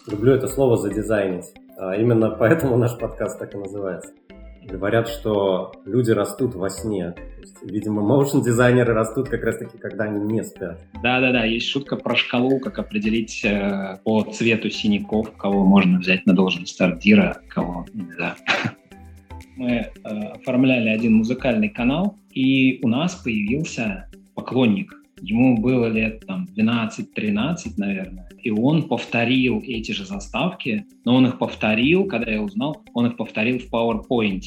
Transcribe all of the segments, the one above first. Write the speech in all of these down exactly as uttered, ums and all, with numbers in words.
Люблю это слово «задизайнить». А именно поэтому наш подкаст так и называется. Говорят, что люди растут во сне. То есть, видимо, моушн-дизайнеры растут как раз-таки, когда они не спят. Да-да-да, есть шутка про шкалу, как определить э, по цвету синяков, кого можно взять на должность ардира, кого нельзя. Мы э, оформляли один музыкальный канал, и у нас появился поклонник. Ему было лет там двенадцать-тринадцать, наверное, и он повторил эти же заставки, но он их повторил, когда я узнал, он их повторил в PowerPoint.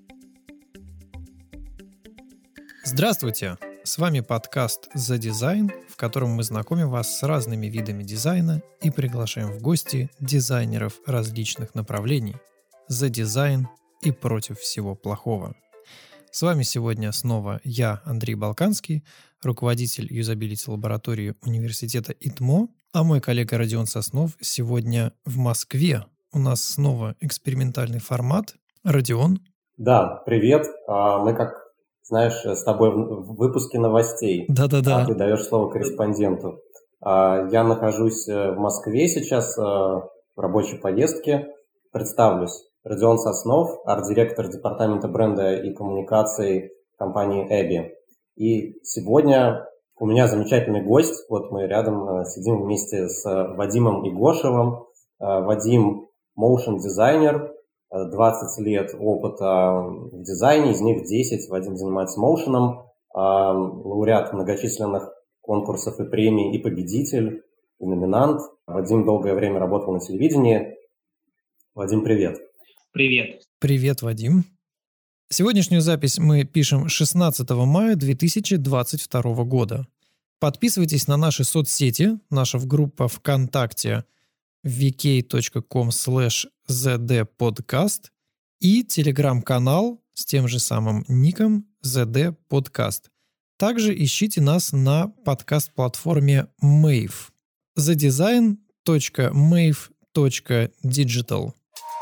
Здравствуйте! С вами подкаст «За дизайн», в котором мы знакомим вас с разными видами дизайна и приглашаем в гости дизайнеров различных направлений. За дизайн и против всего плохого. С вами сегодня снова я, Андрей Балканский, руководитель юзабилити-лаборатории университета ИТМО, а мой коллега Родион Соснов сегодня в Москве. У нас снова экспериментальный формат. Родион. Да, привет. Мы, как знаешь, с тобой в выпуске новостей. Да-да-да. А ты даешь слово корреспонденту. Я нахожусь в Москве сейчас в рабочей поездке. Представлюсь. Родион Соснов, арт-директор департамента бренда и коммуникаций компании Эбби. И сегодня у меня замечательный гость. Вот мы рядом сидим вместе с Вадимом Игошевым. Вадим – моушн-дизайнер, двадцать лет опыта в дизайне, из них десять Вадим занимается моушеном, лауреат многочисленных конкурсов и премий, и победитель, и номинант. Вадим долгое время работал на телевидении. Вадим, привет. Привет. Привет, Вадим. Сегодняшнюю запись мы пишем шестнадцатого мая две тысячи двадцать второго года. Подписывайтесь на наши соцсети, наша группа ВКонтакте vk.com slash zdpodcast и телеграм-канал с тем же самым ником zdpodcast. Также ищите нас на подкаст-платформе Mave. zadesign точка mave точка digital.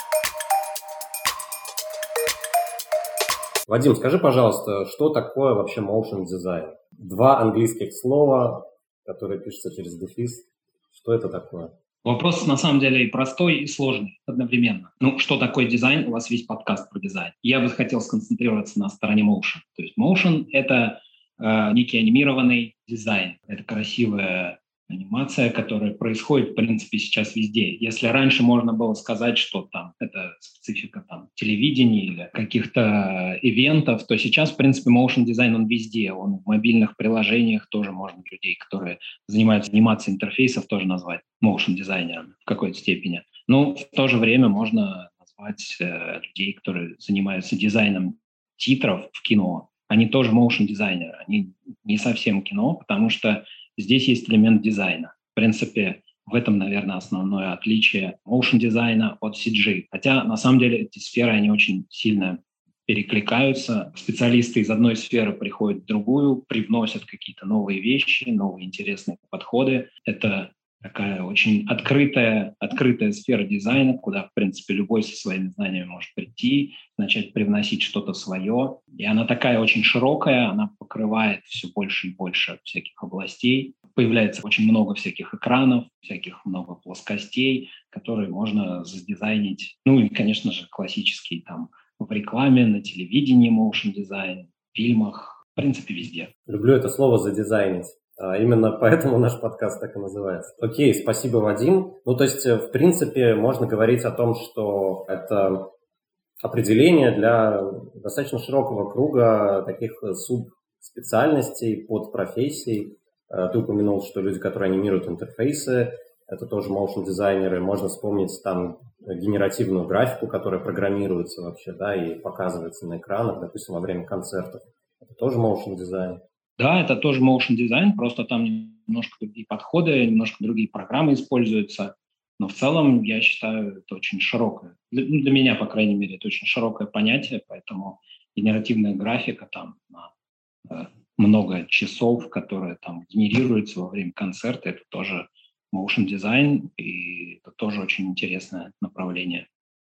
Вадим, скажи, пожалуйста, что такое вообще motion дизайн? Два английских слова, которые пишутся через дефис. Что это такое? Вопрос на самом деле и простой, и сложный одновременно. Ну, что такое дизайн? У вас весь подкаст про дизайн. Я бы хотел сконцентрироваться на стороне motion. То есть motion — это э, некий анимированный дизайн. Это красивая анимация, которая происходит, в принципе, сейчас везде. Если раньше можно было сказать, что там это специфика там, телевидения или каких-то ивентов, то сейчас, в принципе, motion дизайн, он везде. Он в мобильных приложениях тоже можно людей, которые занимаются анимацией интерфейсов, тоже назвать motion дизайнерами в какой-то степени. Но в то же время можно назвать э, людей, которые занимаются дизайном титров в кино. Они тоже motion дизайнеры. Они не совсем кино, потому что здесь есть элемент дизайна. В принципе, в этом, наверное, основное отличие motion дизайна от си джи. Хотя, на самом деле, эти сферы, они очень сильно перекликаются. Специалисты из одной сферы приходят в другую, привносят какие-то новые вещи, новые интересные подходы. Это такая очень открытая, открытая сфера дизайна, куда, в принципе, любой со своими знаниями может прийти, начать привносить что-то свое. И она такая очень широкая, она покрывает все больше и больше всяких областей. Появляется очень много всяких экранов, всяких много плоскостей, которые можно задизайнить. Ну и, конечно же, классические там в рекламе, на телевидении motion дизайн, в фильмах, в принципе, везде. Люблю это слово «задизайнить». Именно поэтому наш подкаст так и называется. Окей, спасибо, Вадим. Ну, то есть, в принципе, можно говорить о том, что это определение для достаточно широкого круга таких субспециальностей, подпрофессий. Ты упомянул, что люди, которые анимируют интерфейсы, это тоже моушн-дизайнеры. Можно вспомнить там генеративную графику, которая программируется вообще, да, и показывается на экранах, допустим, во время концертов. Это тоже моушн-дизайн. Да, это тоже motion дизайн, просто там немножко другие подходы, немножко другие программы используются. Но в целом, я считаю, это очень широкое. Для, ну, для меня, по крайней мере, это очень широкое понятие, поэтому генеративная графика там на э, много часов, которые там генерируются во время концерта, это тоже motion дизайн, и это тоже очень интересное направление.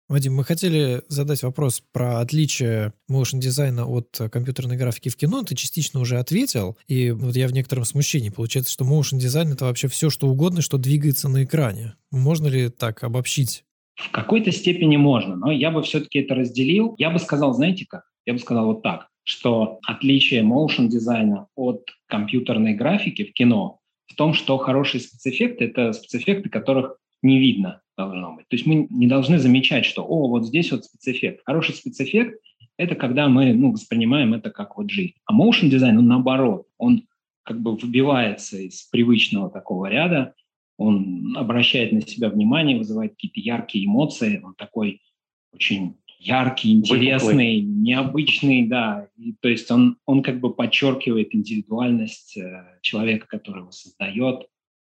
Вадим, мы хотели задать вопрос про отличие моушн-дизайна от компьютерной графики в кино. Ты частично уже ответил, и вот я в некотором смущении. Получается, что моушн-дизайн — это вообще все, что угодно, что двигается на экране. Можно ли так обобщить? В какой-то степени можно, но я бы все-таки это разделил. Я бы сказал, знаете как? Я бы сказал вот так, что отличие моушн-дизайна от компьютерной графики в кино в том, что хорошие спецэффекты — это спецэффекты, которых не видно должно быть. То есть мы не должны замечать, что «о, вот здесь вот спецэффект». Хороший спецэффект — это когда мы ну, воспринимаем это как вот жизнь. А motion дизайн, он наоборот, он как бы выбивается из привычного такого ряда, он обращает на себя внимание, вызывает какие-то яркие эмоции, он такой очень яркий, интересный, выпуклый, необычный, да. И, то есть он, он как бы подчеркивает индивидуальность э, человека, который его создает.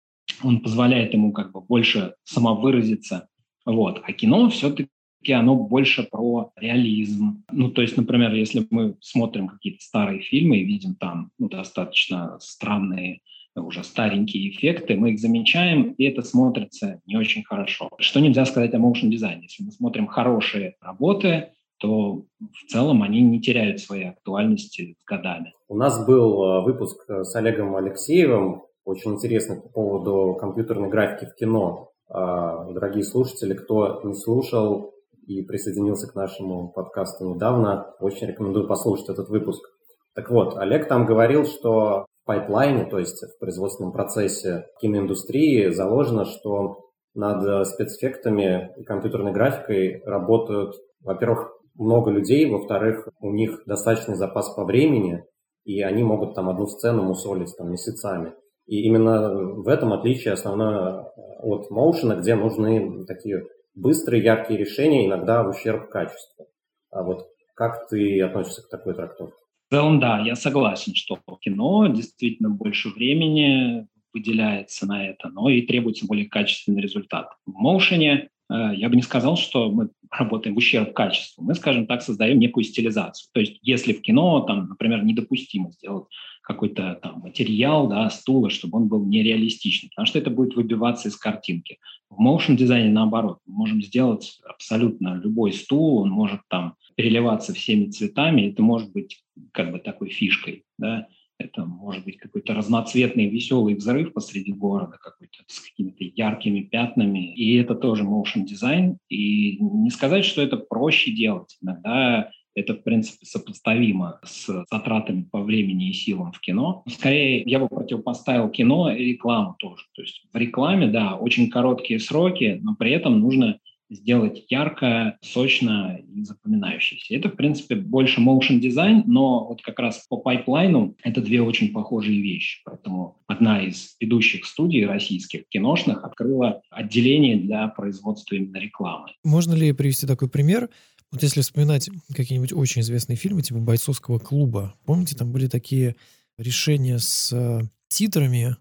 Он позволяет ему как бы больше самовыразиться. Вот. А кино все-таки оно больше про реализм. Ну, то есть, например, если мы смотрим какие-то старые фильмы и видим там ну, достаточно странные, уже старенькие эффекты, мы их замечаем, и это смотрится не очень хорошо. Что нельзя сказать о моушн-дизайне? Если мы смотрим хорошие работы, то в целом они не теряют своей актуальности с годами. У нас был выпуск с Олегом Алексеевым, очень интересный по поводу компьютерной графики в кино. Дорогие слушатели, кто не слушал и присоединился к нашему подкасту недавно, очень рекомендую послушать этот выпуск. Так вот, Олег там говорил, что в пайплайне, то есть в производственном процессе киноиндустрии заложено, что над спецэффектами и компьютерной графикой работают, во-первых, много людей, во-вторых, у них достаточный запас по времени, и они могут там одну сцену мусолить там месяцами. И именно в этом отличие основное от моушена, где нужны такие быстрые, яркие решения, иногда в ущерб качеству. А вот как ты относишься к такой трактовке? В целом, да, я согласен, что в кино действительно больше времени выделяется на это, но и требуется более качественный результат. В моушене э, я бы не сказал, что мы работаем в ущерб качеству. Мы, скажем так, создаем некую стилизацию. То есть если в кино, там, например, недопустимо сделать какой-то там материал, да, стула, чтобы он был нереалистичный, потому что это будет выбиваться из картинки. В моушн-дизайне наоборот. Мы можем сделать абсолютно любой стул, он может там переливаться всеми цветами, это может быть как бы такой фишкой, да, это может быть какой-то разноцветный веселый взрыв посреди города, какой-то с какими-то яркими пятнами, и это тоже motion дизайн, и не сказать, что это проще делать, иногда это, в принципе, сопоставимо с затратами по времени и силам в кино. Скорее, я бы противопоставил кино и рекламу тоже. То есть в рекламе, да, очень короткие сроки, но при этом нужно сделать ярко, сочно и запоминающееся. Это, в принципе, больше motion дизайн, но вот как раз по пайплайну это две очень похожие вещи. Поэтому одна из ведущих студий российских киношных открыла отделение для производства именно рекламы. Можно ли привести такой пример? Вот если вспоминать какие-нибудь очень известные фильмы типа «Бойцовского клуба», помните, там были такие решения с э, титрами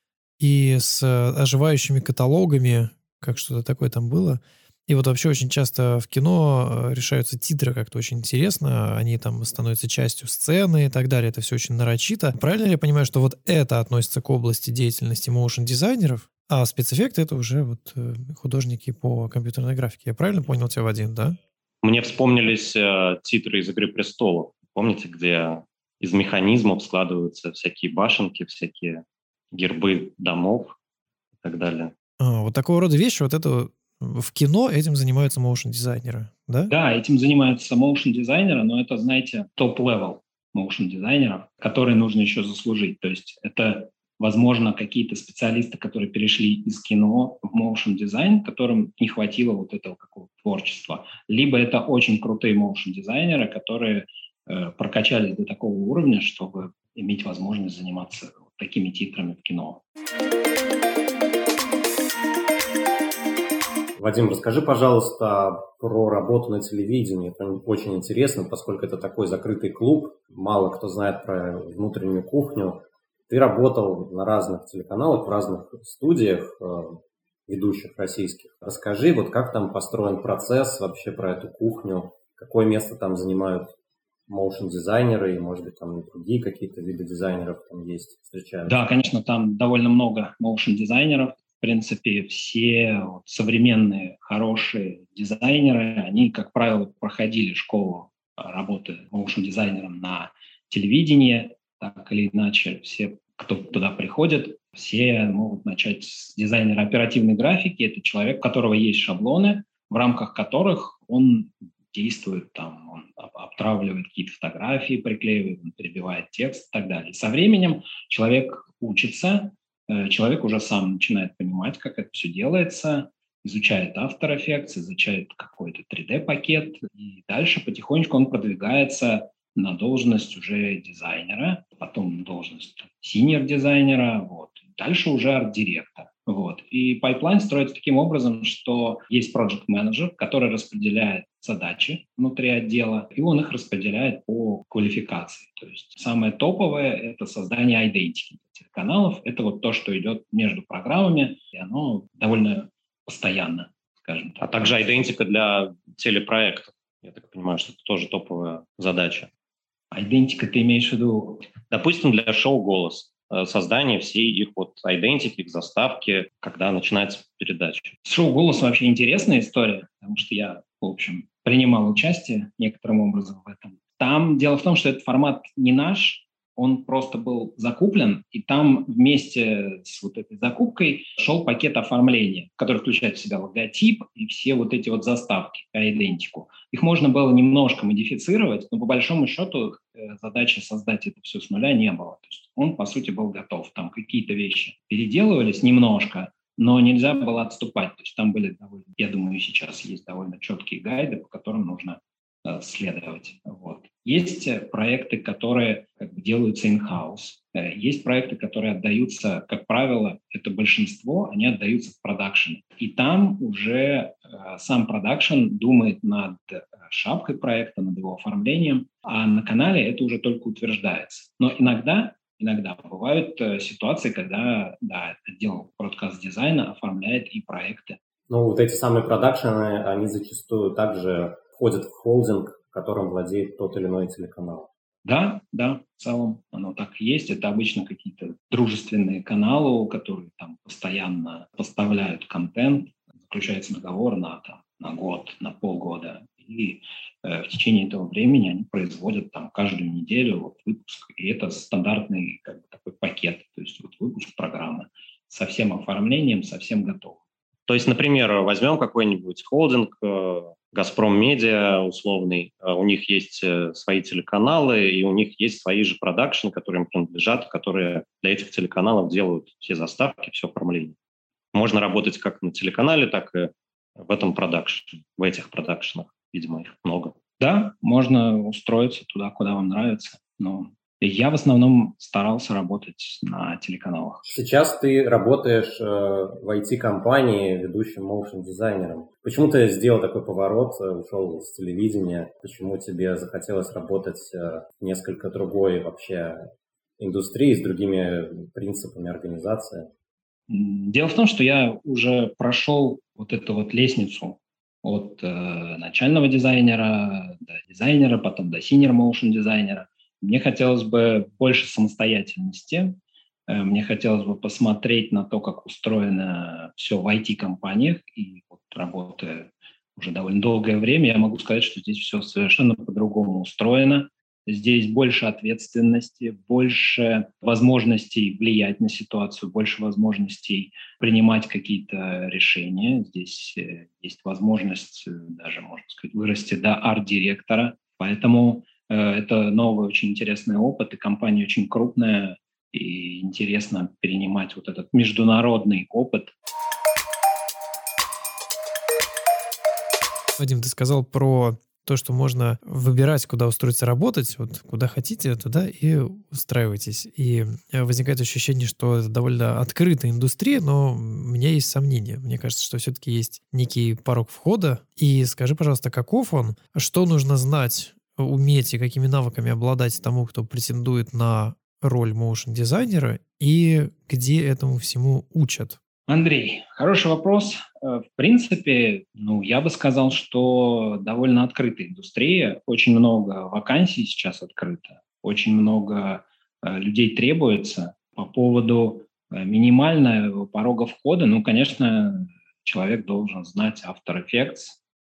и с э, оживающими каталогами, как что-то такое там было. И вот вообще очень часто в кино решаются титры как-то очень интересно, они там становятся частью сцены и так далее, это все очень нарочито. Правильно ли я понимаю, что вот это относится к области деятельности моушн-дизайнеров, а спецэффекты — это уже вот э, художники по компьютерной графике? Я правильно понял тебя, Вадим, да? Мне вспомнились э, титры из «Игры престолов». Помните, где из механизмов складываются всякие башенки, всякие гербы домов и так далее. А, вот такого рода вещи, вот это в кино этим занимаются моушн-дизайнеры, да? Да, этим занимаются моушн-дизайнеры, но это, знаете, топ-левел моушн-дизайнеров, которые нужно еще заслужить. То есть это, возможно, какие-то специалисты, которые перешли из кино в моушн-дизайн, которым не хватило вот этого какого-то творчества. Либо это очень крутые моушн-дизайнеры, которые э, прокачались до такого уровня, чтобы иметь возможность заниматься вот такими титрами в кино. Вадим, расскажи, пожалуйста, про работу на телевидении. Это очень интересно, поскольку это такой закрытый клуб, мало кто знает про внутреннюю кухню. Ты работал на разных телеканалах, в разных студиях э, ведущих российских. Расскажи, вот как там построен процесс вообще про эту кухню, какое место там занимают моушн-дизайнеры, и, может быть, там и другие какие-то виды дизайнеров там есть, встречаются? Да, конечно, там довольно много моушн-дизайнеров. В принципе, все вот современные хорошие дизайнеры, они, как правило, проходили школу работы моушн-дизайнером на телевидении, так или иначе. Все, кто туда приходит, все могут начать с дизайнера оперативной графики. Это человек, у которого есть шаблоны, в рамках которых он действует, там, он обтравливает какие-то фотографии, приклеивает, он перебивает текст и так далее. И со временем человек учится, человек уже сам начинает понимать, как это все делается, изучает After Effects, изучает какой-то три дэ-пакет, и дальше потихонечку он продвигается на должность уже дизайнера, потом на должность синьор-дизайнера, вот. Дальше уже арт-директор. Вот. И пайплайн строится таким образом, что есть проект-менеджер, который распределяет задачи внутри отдела, и он их распределяет по квалификации. То есть самое топовое – это создание идентики телеканалов. Это вот то, что идет между программами, и оно довольно постоянно, скажем так. А также идентика для телепроектов. Я так понимаю, что это тоже топовая задача. Идентика ты имеешь в виду? Допустим, для шоу «Голос». Создание всей их вот идентики, их заставки, когда начинается передача. Шоу «Голос» вообще интересная история, потому что я, в общем, принимал участие некоторым образом в этом. Там дело в том, что этот формат не наш, он просто был закуплен, и там вместе с вот этой закупкой шел пакет оформления, который включает в себя логотип и все вот эти вот заставки, идентику. Их можно было немножко модифицировать, но по большому счету задачи создать это все с нуля не было. То есть он, по сути, был готов. Там какие-то вещи переделывались немножко, но нельзя было отступать. То есть там были довольно, я думаю, сейчас есть довольно четкие гайды, по которым нужно э, следовать. Вот. Есть проекты, которые как бы делаются in-house. Есть проекты, которые отдаются, как правило, это большинство, они отдаются в продакшн. И там уже э, сам продакшн думает над шапкой проекта, над его оформлением, а на канале это уже только утверждается. Но иногда, иногда бывают э, ситуации, когда да, отдел бродкаст-дизайна оформляет и проекты. Ну, вот эти самые продакшены, они зачастую также входят в холдинг, которым владеет тот или иной телеканал. Да, да, в целом оно так и есть. Это обычно какие-то дружественные каналы, которые там постоянно поставляют контент, заключается договор на, там, на год, на полгода. И э, в течение этого времени они производят там каждую неделю вот, выпуск. И это стандартный как бы, такой пакет, то есть вот, выпуск программы со всем оформлением, со всем готовым. То есть, например, возьмем какой-нибудь холдинг, «Газпром Медиа» условный, у них есть свои телеканалы, и у них есть свои же продакшны, которые им принадлежат, которые для этих телеканалов делают все заставки, все оформление. Можно работать как на телеканале, так и в этом продакшне, в этих продакшнах, видимо, их много. Да, можно устроиться туда, куда вам нравится, но я в основном старался работать на телеканалах. Сейчас ты работаешь э, в ай ти-компании ведущим моушн-дизайнером. Почему ты сделал такой поворот, ушел с телевидения? Почему тебе захотелось работать э, в несколько другой вообще индустрии, с другими принципами организации? Дело в том, что я уже прошел вот эту вот лестницу от э, начального дизайнера до дизайнера, потом до senior motion дизайнера. Мне хотелось бы больше самостоятельности, мне хотелось бы посмотреть на то, как устроено все в ай ти-компаниях, и вот работая уже довольно долгое время, я могу сказать, что здесь все совершенно по-другому устроено. Здесь больше ответственности, больше возможностей влиять на ситуацию, больше возможностей принимать какие-то решения. Здесь есть возможность даже, можно сказать, вырасти до арт-директора, поэтому это новый, очень интересный опыт, и компания очень крупная, и интересно перенимать вот этот международный опыт. Вадим, ты сказал про то, что можно выбирать, куда устроиться работать, вот куда хотите, туда и устраивайтесь. И возникает ощущение, что это довольно открытая индустрия, но у меня есть сомнения. Мне кажется, что все-таки есть некий порог входа. И скажи, пожалуйста, каков он? Что нужно знать, уметь и какими навыками обладать тому, кто претендует на роль моушн-дизайнера, и где этому всему учат? Андрей, хороший вопрос. В принципе, ну, я бы сказал, что довольно открытая индустрия. Очень много вакансий сейчас открыто, очень много э, людей требуется. По поводу Минимальная порога входа, ну, конечно, человек должен знать After Effects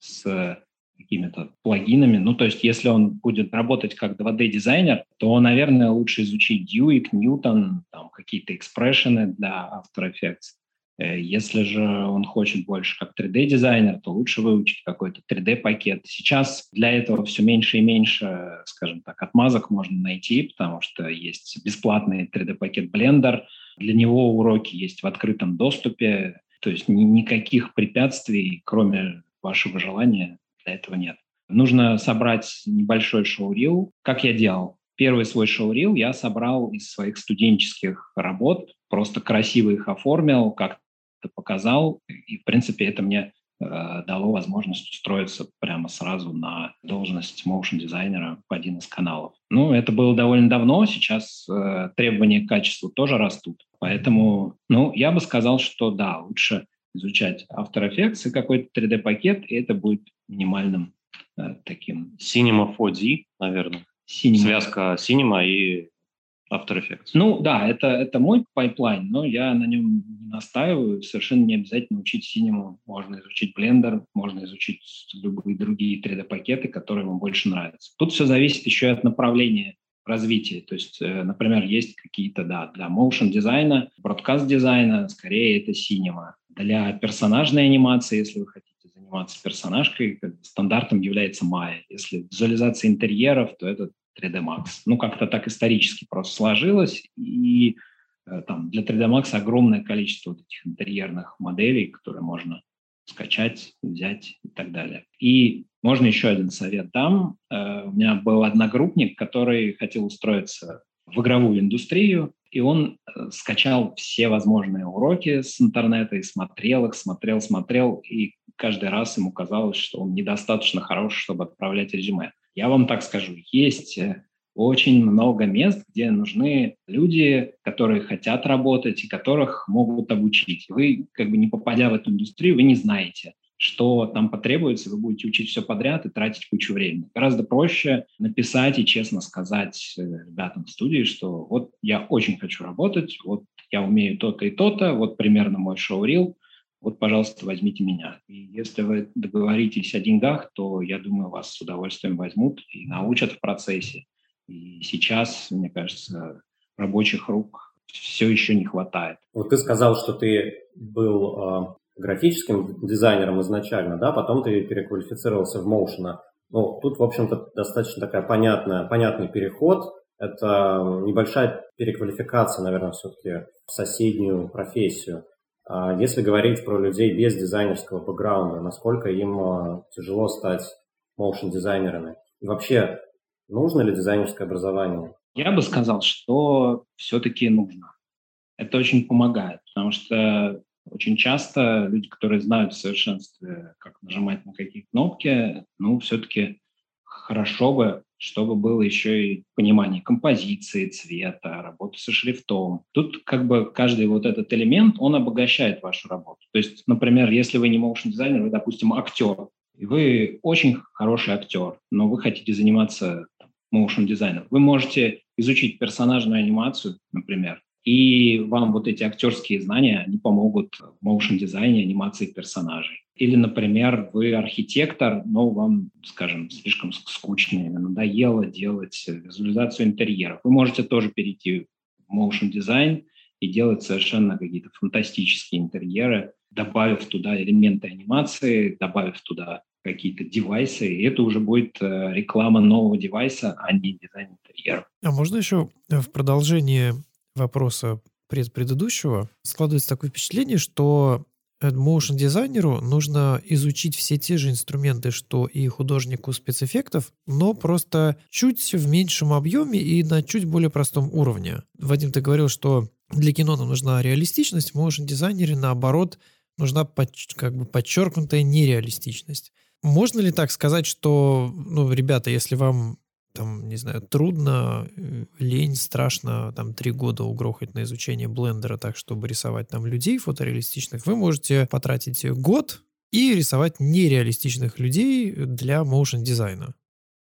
с какими-то плагинами. Ну, то есть, если он будет работать как два дэ-дизайнер, то, наверное, лучше изучить Duik, Newton, там, какие-то экспрессионы для After Effects. Если же он хочет больше как три дэ-дизайнер, то лучше выучить какой-то три дэ-пакет. Сейчас для этого все меньше и меньше, скажем так, отмазок можно найти, потому что есть бесплатный три дэ-пакет Blender. Для него уроки есть в открытом доступе. То есть ни- никаких препятствий, кроме вашего желания, для этого нет. Нужно собрать небольшой шоурил, как я делал. Первый свой шоурил я собрал из своих студенческих работ, просто красиво их оформил, как-то показал, и, в принципе, это мне э, дало возможность устроиться прямо сразу на должность моушн-дизайнера в один из каналов. Ну, это было довольно давно, сейчас э, требования к качеству тоже растут, поэтому, ну, я бы сказал, что да, лучше изучать After Effects и какой-то три дэ-пакет, и это будет минимальным э, таким... Cinema фор ди, наверное. Cinema. Связка Cinema и After Effects. Ну да, это, это мой пайплайн, но я на нем не настаиваю. Совершенно не обязательно учить Cinema. Можно изучить Blender, можно изучить любые другие три дэ-пакеты, которые вам больше нравятся. Тут все зависит еще и от направления развития. То есть, например, есть какие-то, да, для моушн-дизайна, бродкаст-дизайна, скорее это Cinema. Для персонажной анимации, если вы хотите заниматься персонажкой, стандартом является Maya. Если визуализация интерьеров, то это три дэ Max. Ну, как-то так исторически просто сложилось, и э, там для три дэ Max огромное количество вот этих интерьерных моделей, которые можно скачать, взять и так далее. И можно еще один совет дам. Э, у меня был одногруппник, который хотел устроиться в игровую индустрию, и он э, скачал все возможные уроки с интернета и смотрел их, смотрел, смотрел, и каждый раз ему казалось, что он недостаточно хорош, чтобы отправлять резюме. Я вам так скажу, есть очень много мест, где нужны люди, которые хотят работать и которых могут обучить. Вы, как бы не попадя в эту индустрию, вы не знаете, что там потребуется, вы будете учить все подряд и тратить кучу времени. Гораздо проще написать и честно сказать ребятам в студии, что вот я очень хочу работать, вот я умею то-то и то-то, вот примерно мой шоурил, вот, пожалуйста, возьмите меня. И если вы договоритесь о деньгах, то, я думаю, вас с удовольствием возьмут и научат в процессе. И сейчас, мне кажется, рабочих рук все еще не хватает. Вот ты сказал, что ты был э, графическим дизайнером изначально, да, потом ты переквалифицировался в моушена. Ну, тут, в общем-то, достаточно такая понятная, понятный переход. Это небольшая переквалификация, наверное, все-таки в соседнюю профессию. Если говорить про людей без дизайнерского бэкграунда, насколько им тяжело стать моушн-дизайнерами? И вообще, нужно ли дизайнерское образование? Я бы сказал, что все-таки нужно. Это очень помогает, потому что очень часто люди, которые знают в совершенстве, как нажимать на какие кнопки, ну, все-таки хорошо бы, чтобы было еще и понимание композиции, цвета, работы со шрифтом. Тут как бы каждый вот этот элемент, он обогащает вашу работу. То есть, например, если вы не моушн-дизайнер, вы, допустим, актер, и вы очень хороший актер, но вы хотите заниматься моушн-дизайном, вы можете изучить персонажную анимацию, например, и вам вот эти актерские знания, они помогут в моушн-дизайне, анимации персонажей. Или, например, вы архитектор, но вам, скажем, слишком скучно или надоело делать визуализацию интерьеров. Вы можете тоже перейти в моушн-дизайн и делать совершенно какие-то фантастические интерьеры, добавив туда элементы анимации, добавив туда какие-то девайсы, и это уже будет реклама нового девайса, а не дизайн интерьера. А можно еще в продолжение вопроса пред предыдущего складывается такое впечатление, что моушн-дизайнеру нужно изучить все те же инструменты, что и художнику спецэффектов, но просто чуть в меньшем объеме и на чуть более простом уровне. Вадим, ты говорил, что для кино нам нужна реалистичность, в моушн-дизайнере, наоборот, нужна под, как бы подчеркнутая нереалистичность. Можно ли так сказать, что, ну, ребята, если вам там, не знаю, трудно, лень, страшно там три года угрохать на изучение блендера так, чтобы рисовать там людей фотореалистичных, вы можете потратить год и рисовать нереалистичных людей для моушн-дизайна.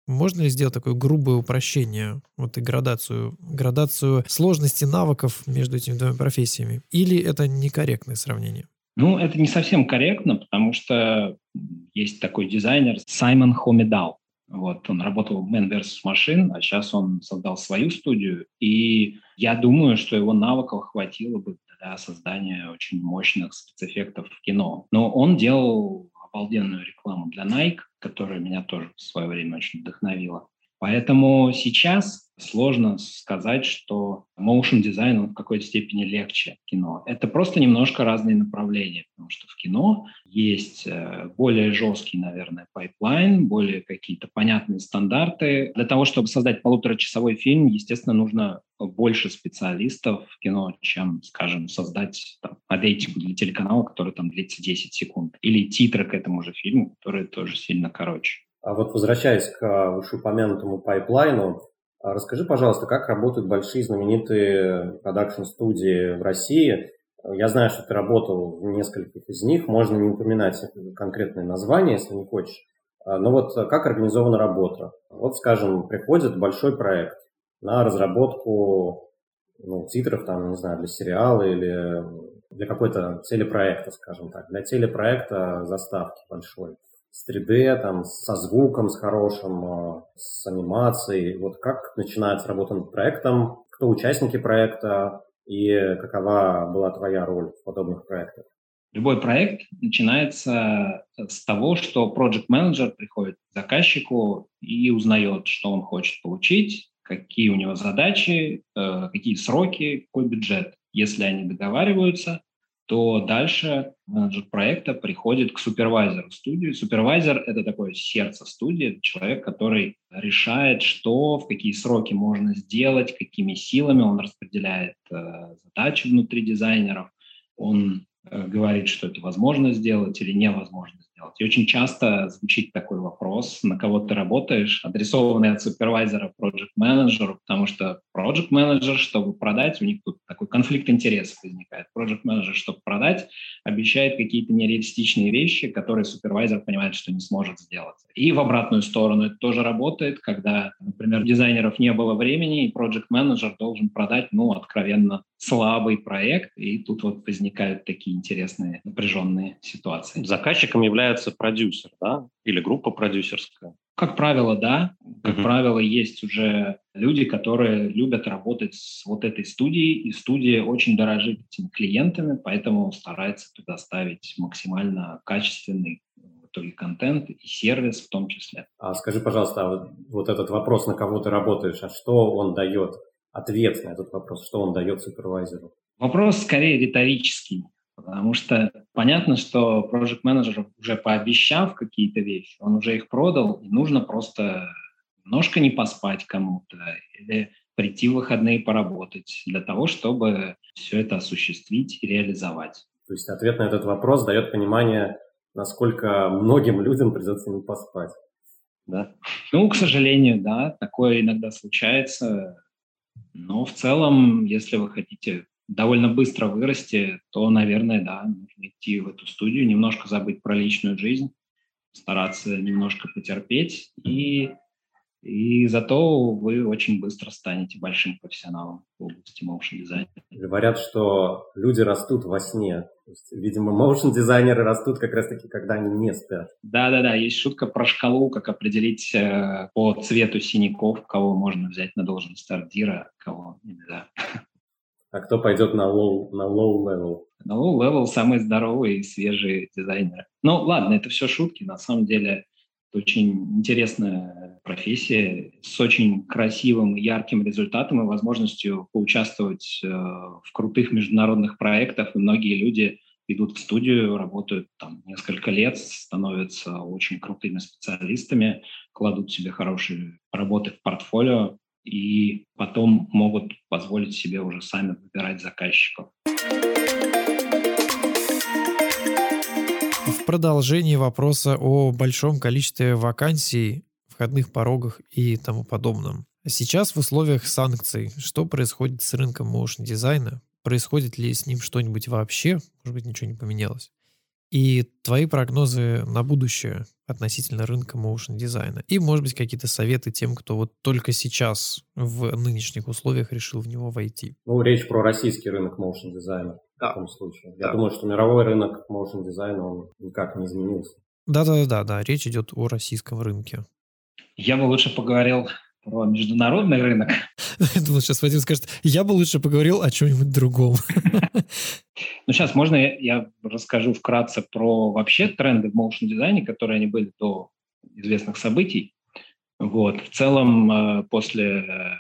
Можно ли сделать такое грубое упрощение, вот и градацию, градацию сложности навыков между этими двумя профессиями? Или это некорректное сравнение? Ну, это не совсем корректно, потому что есть такой дизайнер Саймон Хомедал. Вот, он работал в Man версус. Machine, а сейчас он создал свою студию. И я думаю, что его навыков хватило бы для создания очень мощных спецэффектов в кино. Но он делал обалденную рекламу для Nike, которая меня тоже в свое время очень вдохновила. Поэтому сейчас сложно сказать, что motion дизайн он в какой-то степени легче кино. Это просто немножко разные направления, потому что в кино есть более жесткий, наверное, пайплайн, более какие-то понятные стандарты. Для того, чтобы создать полуторачасовой фильм, естественно, нужно больше специалистов в кино, чем, скажем, создать там, адейтику для телеканала, который там длится десять секунд, или титры к этому же фильму, которые тоже сильно короче. А вот возвращаясь к вышеупомянутому пайплайну, расскажи, пожалуйста, как работают большие знаменитые продакшн-студии в России? Я знаю, что ты работал в нескольких из них, можно не упоминать конкретные названия, если не хочешь. Но вот как организована работа? Вот, скажем, приходит большой проект на разработку ну, титров, там, не знаю, для сериала или для какой-то телепроекта, скажем так, для телепроекта заставки большой. С три дэ, там, со звуком, с хорошим, с анимацией. Вот как начинается работа над проектом, кто участники проекта и какова была твоя роль в подобных проектах? Любой проект начинается с того, что проект-менеджер приходит к заказчику и узнает, что он хочет получить, какие у него задачи, какие сроки, какой бюджет. Если они договариваются, то дальше менеджер проекта приходит к супервайзеру студии. Супервайзер – это такое сердце студии, это человек, который решает, что, в какие сроки можно сделать, какими силами он распределяет э, задачи внутри дизайнеров. Он э, говорит, что это возможно сделать или невозможно сделать. И очень часто звучит такой вопрос, на кого ты работаешь, адресованный от супервайзера проект-менеджеру, потому что проект-менеджер, чтобы продать, у них тут такой конфликт интересов возникает. Проект-менеджер, чтобы продать, обещает какие-то нереалистичные вещи, которые супервайзер понимает, что не сможет сделать. И в обратную сторону это тоже работает, когда, например, у дизайнеров не было времени, и проект-менеджер должен продать, ну, откровенно слабый проект, и тут вот возникают такие интересные напряженные ситуации. Заказчиком является продюсер, да? Или группа продюсерская? Как правило, да. Как Uh-huh. правило, есть уже люди, которые любят работать с вот этой студией, и студия очень дорожит этими клиентами, поэтому старается предоставить максимально качественный в итоге контент и сервис в том числе. А скажи, пожалуйста, а вот, вот этот вопрос, на кого ты работаешь, а что он дает? Ответ на этот вопрос, что он дает супервайзеру? Вопрос скорее риторический. Потому что понятно, что проект-менеджер, уже пообещав какие-то вещи, он уже их продал, и нужно просто немножко не поспать кому-то или прийти в выходные поработать для того, чтобы все это осуществить и реализовать. То есть ответ на этот вопрос дает понимание, насколько многим людям придется не поспать. Да. Ну, к сожалению, да, такое иногда случается. Но в целом, если вы хотите довольно быстро вырасти, то, наверное, да, нужно идти в эту студию, немножко забыть про личную жизнь, стараться немножко потерпеть, и, и зато вы очень быстро станете большим профессионалом в области моушн-дизайна. Говорят, что люди растут во сне. То есть, видимо, моушн-дизайнеры растут как раз-таки, когда они не спят. Да-да-да, есть шутка про шкалу, как определить э, по цвету синяков, кого можно взять на должность ардира, кого нельзя. А кто пойдет на low, на low level? На low level самые здоровые и свежие дизайнеры. Ну, ладно, это все шутки. На самом деле, это очень интересная профессия с очень красивым и ярким результатом и возможностью поучаствовать э, в крутых международных проектах. И многие люди идут в студию, работают там несколько лет, становятся очень крутыми специалистами, кладут себе хорошие работы в портфолио, и потом могут позволить себе уже сами выбирать заказчиков. В продолжении вопроса о большом количестве вакансий, входных порогах и тому подобном. Сейчас в условиях санкций что происходит с рынком моушн-дизайна? Происходит ли с ним что-нибудь вообще? Может быть, ничего не поменялось? И твои прогнозы на будущее относительно рынка motion дизайна? И, может быть, какие-то советы тем, кто вот только сейчас в нынешних условиях решил в него войти? Ну, речь про российский рынок motion дизайна в таком случае. Я Да. думаю, что мировой рынок motion дизайна, он никак не изменился. Да-да-да, да, речь идет о российском рынке. Я бы лучше поговорил про международный рынок. Я думал, сейчас Вадим скажет, я бы лучше поговорил о чем-нибудь другом. Ну, сейчас можно я, я расскажу вкратце про вообще тренды в motion дизайне, которые они были до известных событий. Вот. В целом, э, после э,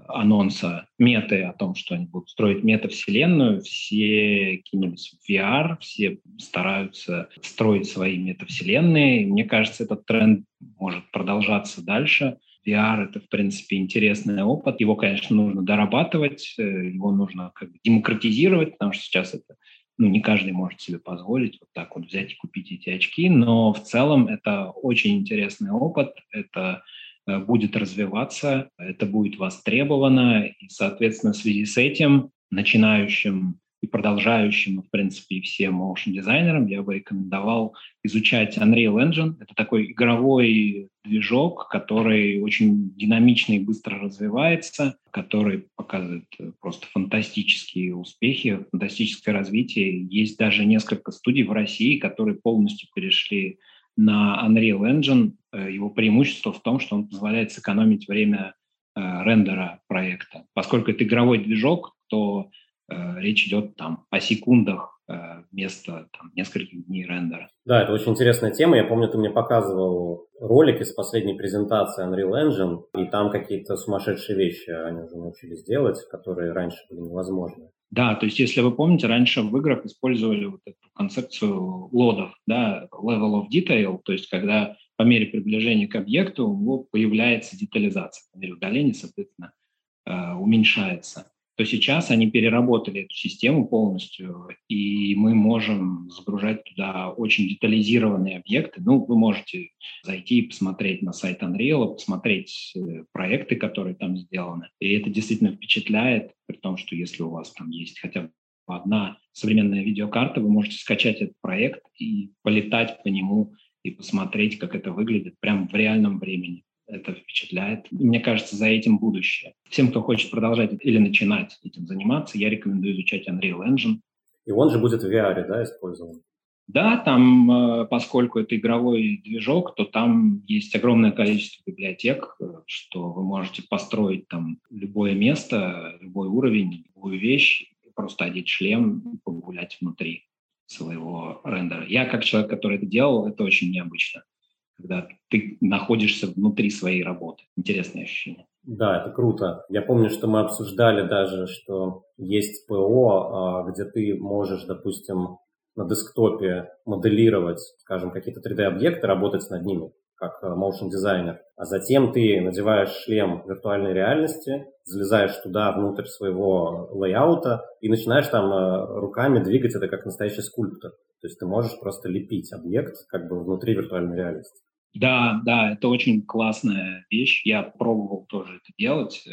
анонса Меты о том, что они будут строить метавселенную, все кинулись в ви ар, все стараются строить свои метавселенные. И мне кажется, этот тренд может продолжаться дальше. ви ар — это, в принципе, интересный опыт. Его, конечно, нужно дорабатывать, его нужно как бы демократизировать, потому что сейчас это, ну, не каждый может себе позволить вот так вот взять и купить эти очки, но в целом это очень интересный опыт, это э, будет развиваться, это будет востребовано, и, соответственно, в связи с этим начинающим и продолжающим, в принципе, и всем motion-дизайнерам я бы рекомендовал изучать Unreal Engine. Это такой игровой движок, который очень динамично и быстро развивается, который показывает просто фантастические успехи, фантастическое развитие. Есть даже несколько студий в России, которые полностью перешли на Unreal Engine. Его преимущество в том, что он позволяет сэкономить время э, рендера проекта. Поскольку это игровой движок, то речь идет там о секундах э, вместо там, нескольких дней рендера. Да, это очень интересная тема. Я помню, ты мне показывал ролик из последней презентации Unreal Engine, и там какие-то сумасшедшие вещи они уже научились делать, которые раньше были невозможны. Да, то есть, если вы помните, раньше в играх использовали вот эту концепцию лодов, да, level of detail, то есть, когда по мере приближения к объекту у него появляется детализация, по мере удаления, соответственно, э, уменьшается. То сейчас они переработали эту систему полностью, и мы можем загружать туда очень детализированные объекты. Ну, вы можете зайти и посмотреть на сайт Unreal, посмотреть проекты, которые там сделаны. И это действительно впечатляет, при том, что если у вас там есть хотя бы одна современная видеокарта, вы можете скачать этот проект и полетать по нему и посмотреть, как это выглядит прямо в реальном времени. Это впечатляет. Мне кажется, за этим будущее. Всем, кто хочет продолжать или начинать этим заниматься, я рекомендую изучать Unreal Engine. И он же будет в ви ар, да, использован? Да, там, поскольку это игровой движок, то там есть огромное количество библиотек, что вы можете построить там любое место, любой уровень, любую вещь, просто одеть шлем и погулять внутри своего рендера. Я, как человек, который это делал, это очень необычно, когда ты находишься внутри своей работы. Интересное ощущение. Да, это круто. Я помню, что мы обсуждали даже, что есть ПО, где ты можешь, допустим, на десктопе моделировать, скажем, какие-то три дэ-объекты, работать над ними, как motion дизайнер. А затем ты надеваешь шлем виртуальной реальности, залезаешь туда внутрь своего лейаута и начинаешь там руками двигать это как настоящий скульптор. То есть ты можешь просто лепить объект как бы внутри виртуальной реальности. Да, да, это очень классная вещь. Я пробовал тоже это делать.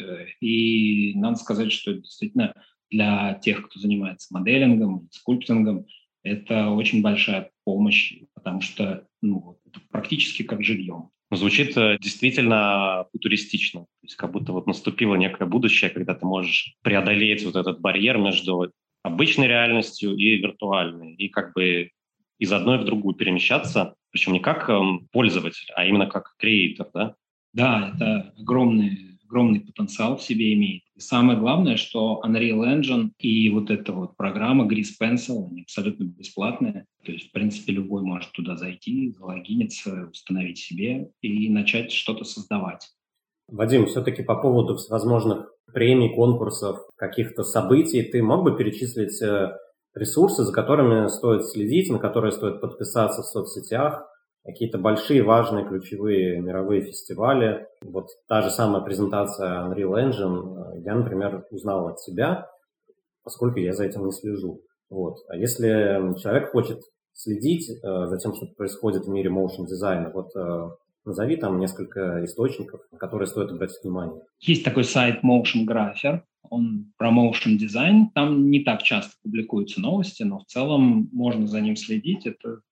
И надо сказать, что действительно для тех, кто занимается моделингом, скульптингом, это очень большая помощь, потому что ну, это практически как живьем. Звучит действительно футуристично. То есть как будто вот наступило некое будущее, когда ты можешь преодолеть вот этот барьер между обычной реальностью и виртуальной. И как бы из одной в другую перемещаться, причем не как эм, пользователь, а именно как креатор, да? Да, это огромный, огромный потенциал в себе имеет. И самое главное, что Unreal Engine и вот эта вот программа Grease Pencil, они абсолютно бесплатные. То есть, в принципе, любой может туда зайти, залогиниться, установить себе и начать что-то создавать. Вадим, все-таки по поводу возможных премий, конкурсов, каких-то событий, ты мог бы перечислить ресурсы, за которыми стоит следить, на которые стоит подписаться в соцсетях, какие-то большие, важные, ключевые мировые фестивали. Вот та же самая презентация Unreal Engine, я, например, узнал от тебя, поскольку я за этим не слежу. Вот. А если человек хочет следить за тем, что происходит в мире motion дизайна, вот назови там несколько источников, на которые стоит обратить внимание. Есть такой сайт Motion Grapher. Он про motion дизайн. Там не так часто публикуются новости, но в целом можно за ним следить. Это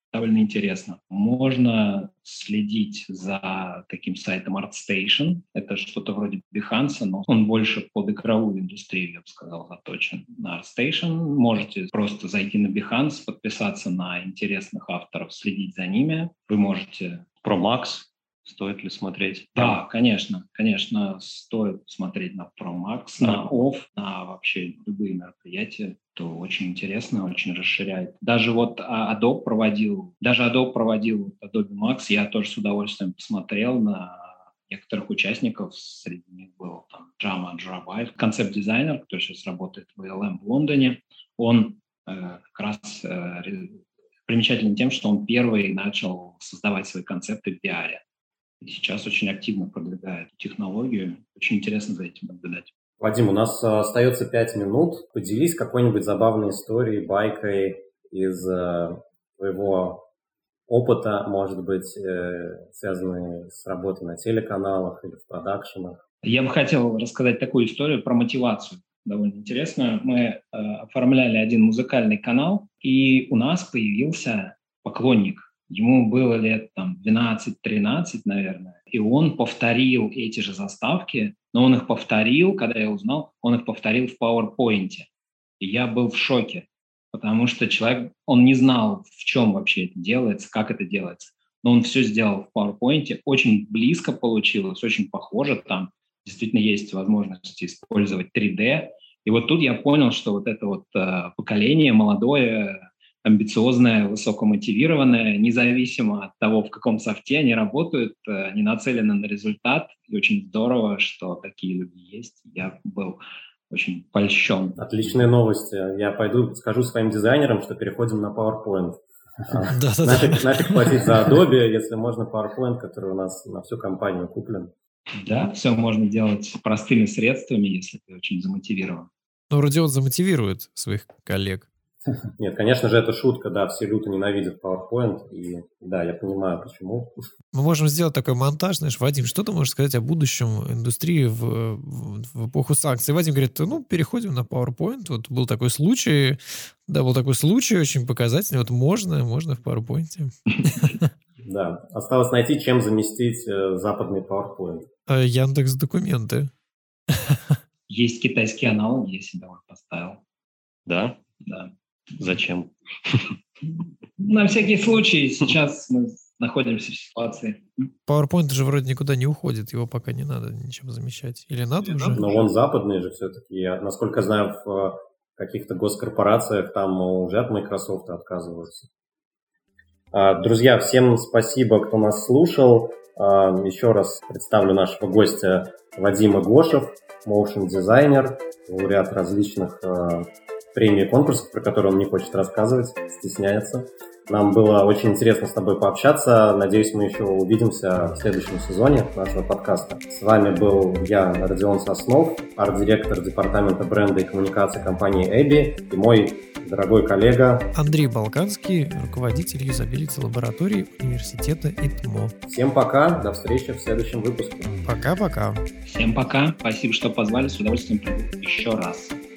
довольно интересно. Можно следить за таким сайтом ArtStation. Это что-то вроде Behance, но он больше под игровую индустрию, я бы сказал, заточен. На ArtStation можете просто зайти на Behance, подписаться на интересных авторов, следить за ними. Вы можете... Про Max стоит ли смотреть? Да, конечно, конечно, стоит смотреть на ProMax, на Off, на вообще любые мероприятия. Это очень интересно, очень расширяет. Даже вот Adobe проводил, даже Adobe проводил Adobe Max, я тоже с удовольствием посмотрел на некоторых участников, среди них был там Джама Джарабаев, концепт-дизайнер, который сейчас работает в эл эм в Лондоне. Он э, как раз э, примечателен тем, что он первый начал создавать свои концепты в ви ар. И сейчас очень активно продвигает технологию. Очень интересно за этим наблюдать. Вадим, у нас остается пять минут. Поделись какой-нибудь забавной историей, байкой из э, твоего опыта, может быть, э, связанной с работой на телеканалах или в продакшенах. Я бы хотел рассказать такую историю про мотивацию. Довольно интересно. Мы э, оформляли один музыкальный канал, и у нас появился поклонник. Ему было лет там двенадцать-тринадцать, наверное, и он повторил эти же заставки, но он их повторил, когда я узнал, он их повторил в PowerPoint. И я был в шоке, потому что человек, он не знал, в чем вообще это делается, как это делается. Но он все сделал в PowerPoint, очень близко получилось, очень похоже, там действительно есть возможность использовать три дэ. И вот тут я понял, что вот это вот э, поколение молодое, амбициозное, высокомотивированное, независимо от того, в каком софте они работают, они нацелены на результат. И очень здорово, что такие люди есть. Я был очень польщен. Отличные новости. Я пойду скажу своим дизайнерам, что переходим на PowerPoint. Нафиг платить за Adobe, если можно PowerPoint, который у нас на всю компанию куплен. Да, все можно делать простыми средствами, если ты очень замотивирован. Ну, Родион замотивирует своих коллег. Нет, конечно же, это шутка, да, все люто ненавидят PowerPoint, и да, я понимаю, почему. Мы можем сделать такой монтаж, знаешь, Вадим, что ты можешь сказать о будущем индустрии в, в, в эпоху санкций? Вадим говорит, ну, переходим на PowerPoint, вот был такой случай, да, был такой случай очень показательный, вот можно, можно в PowerPoint. Да, осталось найти, чем заместить западный PowerPoint. Яндекс документы. Есть китайские аналоги, я себе вот поставил. Да? Да. Зачем? На всякий случай сейчас мы находимся в ситуации. PowerPoint же вроде никуда не уходит, его пока не надо ничем замещать. Или надо уже? Но он западный же все-таки. Я, насколько знаю, в каких-то госкорпорациях там уже от Microsoft отказываются. Друзья, всем спасибо, кто нас слушал. Еще раз представлю нашего гостя Вадима Гошев, моушн-дизайнер, лауреат различных премий и конкурсов, про которые он не хочет рассказывать, стесняется. Нам было очень интересно с тобой пообщаться. Надеюсь, мы еще увидимся в следующем сезоне нашего подкаста. С вами был я, Родион Соснов, арт-директор департамента бренда и коммуникации компании Эбби, и мой дорогой коллега Андрей Балканский, руководитель юзабилити лаборатории университета ИТМО. Всем пока, до встречи в следующем выпуске. Пока-пока. Всем пока, спасибо, что позвали, с удовольствием приду еще раз.